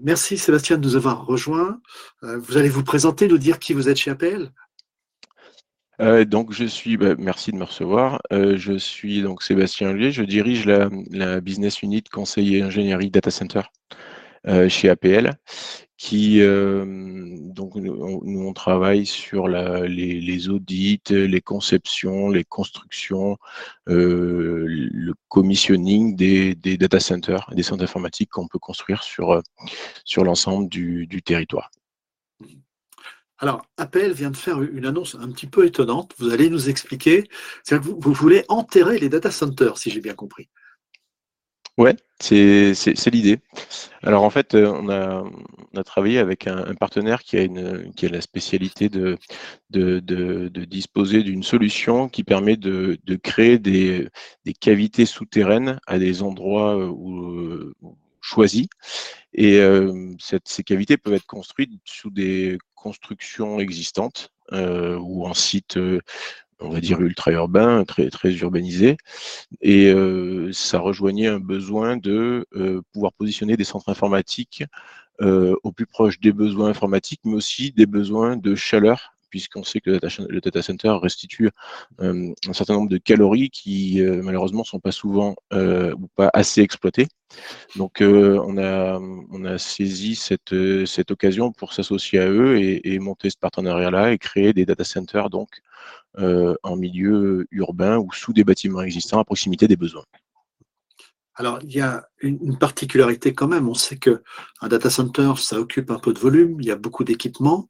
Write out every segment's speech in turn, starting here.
Merci Sébastien de nous avoir rejoints. Vous allez vous présenter, nous dire qui vous êtes chez APL. Donc merci de me recevoir. Je suis donc Sébastien Lier, je dirige la business unit conseil et ingénierie data center chez APL, qui donc nous on travaille sur les audits, les conceptions, les constructions, le commissioning des data centers, des centres informatiques qu'on peut construire sur l'ensemble du territoire. Alors, APL vient de faire une annonce un petit peu étonnante. Vous allez nous expliquer. C'est-à-dire que vous voulez enterrer les data centers, si j'ai bien compris. Ouais, c'est l'idée. Alors en fait, on a travaillé avec un partenaire qui a la spécialité de disposer d'une solution qui permet de créer des cavités souterraines à des endroits choisis. Et ces cavités peuvent être construites sous des constructions existantes ou en site, on va dire, ultra-urbain, très, très urbanisé. Et ça rejoignait un besoin de pouvoir positionner des centres informatiques au plus proche des besoins informatiques, mais aussi des besoins de chaleur, puisqu'on sait que le data center restitue un certain nombre de calories qui malheureusement sont pas souvent ou pas assez exploitées. Donc on a saisi cette occasion pour s'associer à eux et monter ce partenariat-là et créer des data centers donc en milieu urbain ou sous des bâtiments existants à proximité des besoins. Alors, il y a une particularité quand même. On sait qu'un data center, ça occupe un peu de volume, il y a beaucoup d'équipements.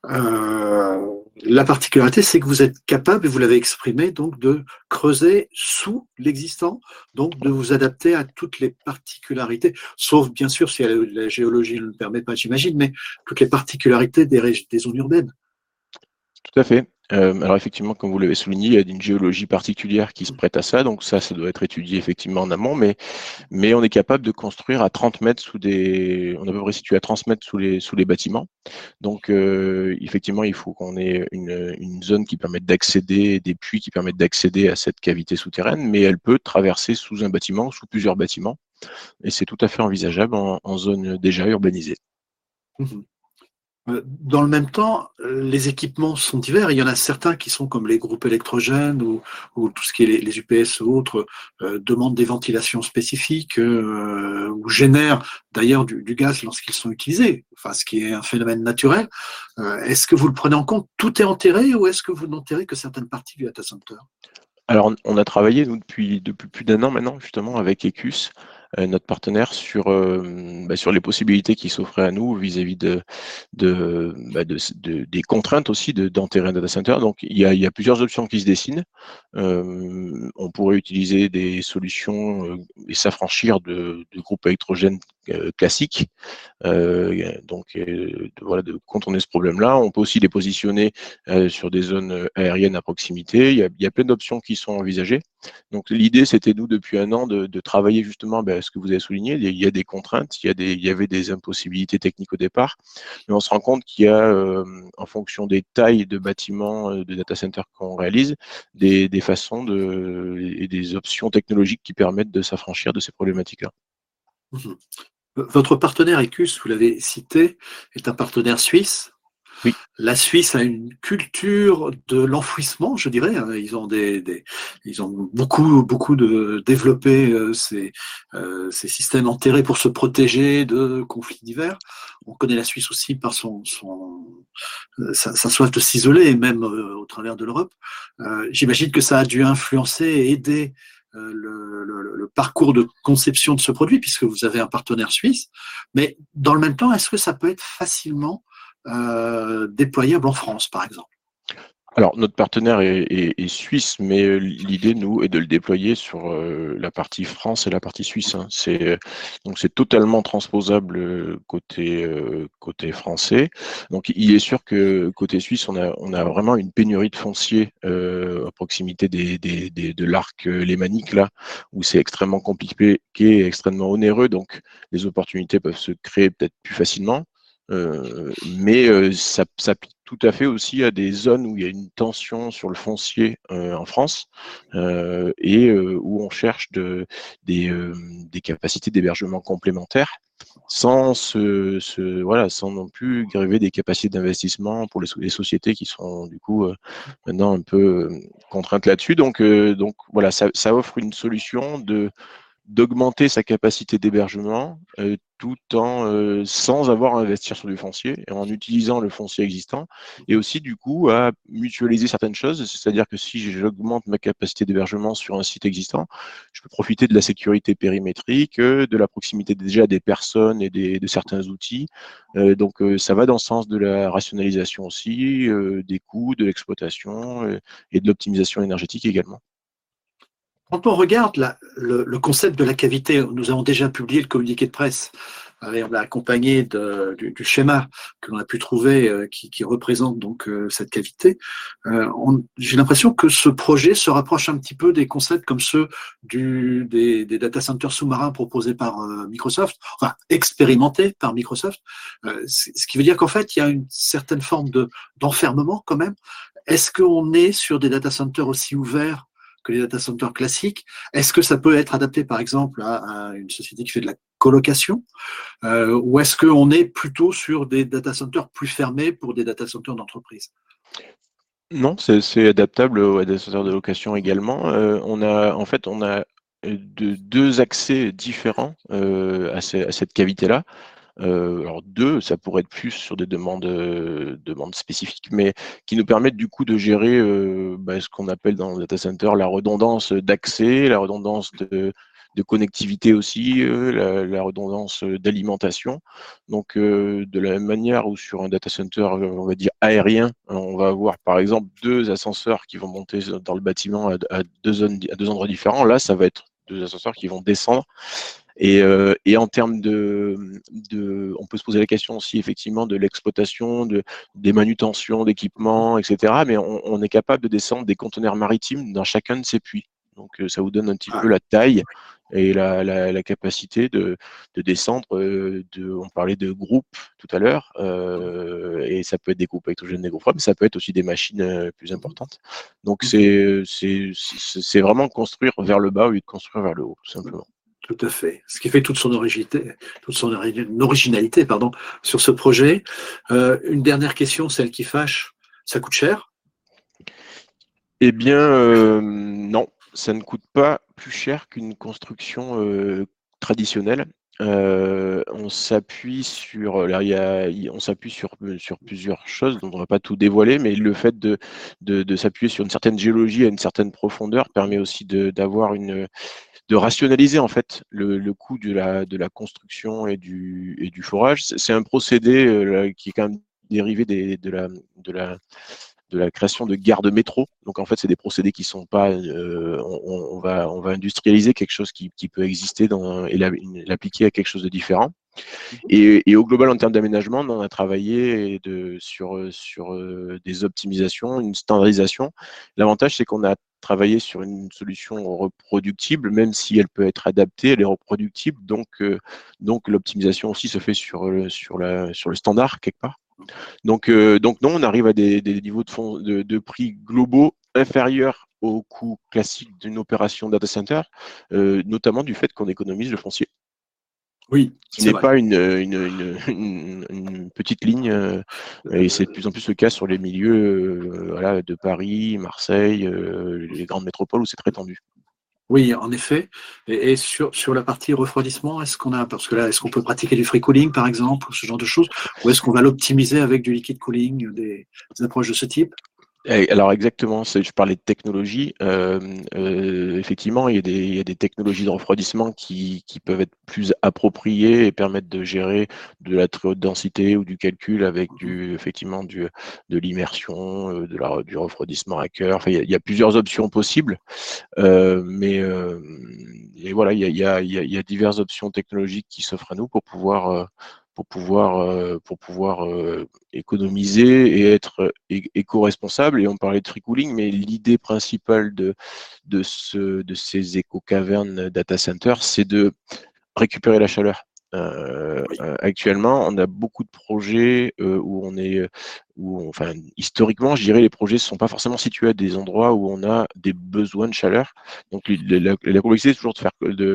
La particularité, c'est que vous êtes capable, et vous l'avez exprimé, donc de creuser sous l'existant, donc de vous adapter à toutes les particularités, sauf bien sûr si la géologie ne le permet pas, j'imagine, mais toutes les particularités des zones urbaines. Tout à fait. Alors effectivement, comme vous l'avez souligné, il y a une géologie particulière qui se prête à ça, donc ça doit être étudié effectivement en amont, mais on est capable de construire à 30 mètres on est à peu près situé à 30 mètres sous les bâtiments. Donc effectivement, il faut qu'on ait une zone qui permette d'accéder, des puits qui permettent d'accéder à cette cavité souterraine, mais elle peut traverser sous un bâtiment, sous plusieurs bâtiments, et c'est tout à fait envisageable en zone déjà urbanisée. Mhm. Dans le même temps, les équipements sont divers. Il y en a certains qui sont comme les groupes électrogènes ou tout ce qui est les UPS ou autres, demandent des ventilations spécifiques ou génèrent d'ailleurs du gaz lorsqu'ils sont utilisés, enfin, ce qui est un phénomène naturel. Est-ce que vous le prenez en compte? Tout est enterré ou est-ce que vous n'enterrez que certaines parties du data center? Alors, on a travaillé, nous, depuis plus d'un an maintenant, justement, avec Ecus, notre partenaire, sur les possibilités qui s'offraient à nous vis-à-vis des contraintes aussi d'enterrer un data center. Donc, il y a plusieurs options qui se dessinent. On pourrait utiliser des solutions et s'affranchir de groupes électrogènes classiques. Voilà, de contourner ce problème-là. On peut aussi les positionner sur des zones aériennes à proximité. Il y a plein d'options qui sont envisagées. Donc l'idée, c'était nous depuis un an de travailler justement ce que vous avez souligné. Il y a des contraintes, il y avait des impossibilités techniques au départ, mais on se rend compte qu'il y a, en fonction des tailles de bâtiments, de data centers qu'on réalise, des façons et des options technologiques qui permettent de s'affranchir de ces problématiques-là. Mhm. Votre partenaire Ecus, vous l'avez cité, est un partenaire suisse. Oui. La Suisse a une culture de l'enfouissement, je dirais. Ils ont ils ont beaucoup de développé ces systèmes enterrés pour se protéger de conflits divers. On connaît la Suisse aussi par sa soif de s'isoler, même au travers de l'Europe. J'imagine que ça a dû influencer et aider le parcours de conception de ce produit, puisque vous avez un partenaire suisse. Mais dans le même temps, est-ce que ça peut être facilement déployable en France, par exemple? Alors, notre partenaire est suisse, mais l'idée, nous, est de le déployer sur la partie France et la partie suisse, hein. Donc, c'est totalement transposable côté français. Donc, il est sûr que côté suisse, on a vraiment une pénurie de foncier à proximité de l'arc lémanique, là, où c'est extrêmement compliqué et extrêmement onéreux. Donc, les opportunités peuvent se créer peut-être plus facilement. Mais ça s'applique tout à fait aussi à des zones où il y a une tension sur le foncier en France et où on cherche des capacités d'hébergement complémentaires voilà, sans non plus gréver des capacités d'investissement pour les sociétés qui sont du coup maintenant un peu contraintes là-dessus. Donc voilà, ça offre une solution d'augmenter sa capacité d'hébergement tout en sans avoir à investir sur du foncier et en utilisant le foncier existant et aussi du coup à mutualiser certaines choses, c'est-à-dire que si j'augmente ma capacité d'hébergement sur un site existant, je peux profiter de la sécurité périmétrique, de la proximité déjà des personnes et de certains outils. Donc ça va dans le sens de la rationalisation aussi, des coûts, de l'exploitation et de l'optimisation énergétique également. Quand on regarde le concept de la cavité, nous avons déjà publié le communiqué de presse et on l'a accompagné du schéma que l'on a pu trouver qui représente donc cette cavité. J'ai l'impression que ce projet se rapproche un petit peu des concepts comme ceux des data centers sous-marins proposés par Microsoft, enfin expérimentés par Microsoft, ce qui veut dire qu'en fait il y a une certaine forme d'enfermement quand même. Est-ce qu'on est sur des data centers aussi ouverts que les data centers classiques? Est-ce que ça peut être adapté, par exemple, à une société qui fait de la colocation ou est-ce qu'on est plutôt sur des data centers plus fermés pour des data centers d'entreprise? Non, c'est adaptable aux data centers de location également. On a deux accès différents à cette cavité-là. Alors deux, ça pourrait être plus sur des demandes spécifiques, mais qui nous permettent du coup de gérer ce qu'on appelle dans le data center la redondance d'accès, la redondance de connectivité aussi, la redondance d'alimentation. Donc de la même manière où sur un data center, on va dire aérien, on va avoir par exemple deux ascenseurs qui vont monter dans le bâtiment à deux endroits différents. Là, ça va être deux ascenseurs qui vont descendre et en termes on peut se poser la question aussi effectivement de l'exploitation, des manutentions d'équipements, etc. Mais on est capable de descendre des conteneurs maritimes dans chacun de ces puits. Donc ça vous donne un petit peu la taille et la capacité de descendre. On parlait de groupes tout à l'heure, et ça peut être des groupes électrogènes, des groupes, mais ça peut être aussi des machines plus importantes. Donc c'est vraiment construire vers le bas au lieu de construire vers le haut, tout simplement. Tout à fait. Ce qui fait toute son originalité, pardon, sur ce projet. Une dernière question, celle qui fâche. Ça coûte cher? Eh bien, non, ça ne coûte pas plus cher qu'une construction traditionnelle. On s'appuie sur, là, on s'appuie sur plusieurs choses dont on ne va pas tout dévoiler, mais le fait de s'appuyer sur une certaine géologie à une certaine profondeur permet aussi de rationaliser en fait le coût de la construction et du forage. C'est un procédé qui est quand même dérivé de la création de gares de métro. Donc en fait, c'est des procédés qui sont pas. On va industrialiser quelque chose qui peut exister et l'appliquer à quelque chose de différent. Et au global, en termes d'aménagement, on a travaillé sur des optimisations, une standardisation. L'avantage, c'est qu'on a travaillé sur une solution reproductible, même si elle peut être adaptée, elle est reproductible. Donc l'optimisation aussi se fait sur le standard quelque part. Donc non, on arrive à des niveaux de prix globaux inférieurs au coût classique d'une opération data center, notamment du fait qu'on économise le foncier. Oui, Qui n'est pas une petite ligne, et c'est de plus en plus le cas sur les milieux voilà, de Paris, Marseille, les grandes métropoles où c'est très tendu. Oui, en effet. Et sur la partie refroidissement, parce que là, est-ce qu'on peut pratiquer du free cooling, par exemple, ou ce genre de choses, ou est-ce qu'on va l'optimiser avec du liquid cooling, des approches de ce type? Alors exactement, je parlais de technologie. Effectivement, il y a des technologies de refroidissement qui peuvent être plus appropriées et permettre de gérer de la très haute densité ou du calcul avec effectivement de l'immersion, du refroidissement à cœur. Enfin, il y a plusieurs options possibles, mais et voilà, il y a diverses options technologiques qui s'offrent à nous pour pouvoir économiser et être éco-responsable. Et on parlait de free cooling, mais l'idée principale de ces éco-cavernes data centers, c'est de récupérer la chaleur. Oui. Actuellement, on a beaucoup de projets enfin, historiquement, je dirais, les projets ne sont pas forcément situés à des endroits où on a des besoins de chaleur. Donc, la complexité, c'est toujours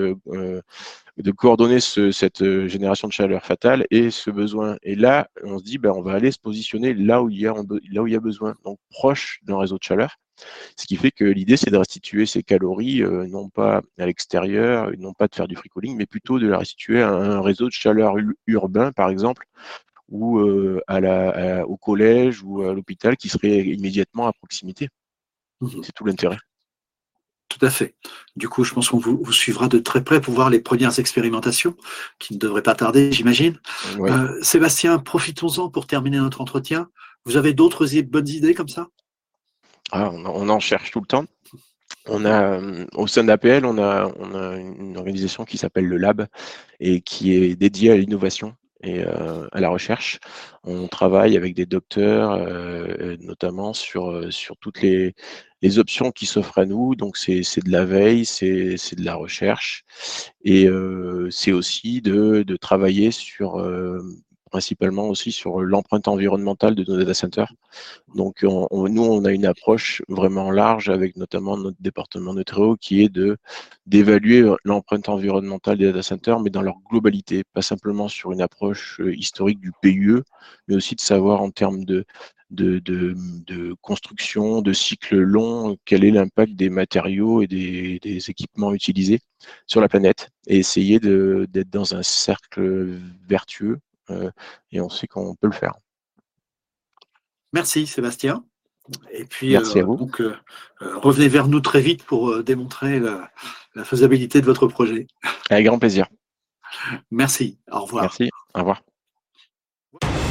de coordonner cette génération de chaleur fatale et ce besoin. Et là, on se dit, ben, on va aller se positionner là où il y a besoin, donc proche d'un réseau de chaleur. Ce qui fait que l'idée, c'est de restituer ces calories, non pas à l'extérieur, non pas de faire du free cooling, mais plutôt de la restituer à un réseau de chaleur urbain, par exemple, ou au collège ou à l'hôpital qui serait immédiatement à proximité. Mhm. C'est tout l'intérêt. Tout à fait. Du coup, je pense qu'on vous suivra de très près pour voir les premières expérimentations qui ne devraient pas tarder, j'imagine. Oui. Sébastien, profitons-en pour terminer notre entretien. Vous avez d'autres bonnes idées comme ça? Ah, on en cherche tout le temps. On a, au sein d'APL, on a une organisation qui s'appelle le Lab et qui est dédiée à l'innovation et à la recherche. On travaille avec des docteurs, notamment sur toutes les options qui s'offrent à nous. Donc, c'est de la veille, c'est de la recherche et c'est aussi de travailler principalement aussi sur l'empreinte environnementale de nos data centers. Donc, nous, on a une approche vraiment large avec notamment notre département Neutreo qui est d'évaluer l'empreinte environnementale des data centers, mais dans leur globalité, pas simplement sur une approche historique du PUE, mais aussi de savoir en termes de construction, de cycle long, quel est l'impact des matériaux et des équipements utilisés sur la planète et essayer d'être dans un cercle vertueux. Et on sait qu'on peut le faire. Merci, Sébastien. Et puis, Merci à vous. donc, revenez vers nous très vite pour démontrer la faisabilité de votre projet. Avec grand plaisir. Merci. Au revoir. Merci. Au revoir.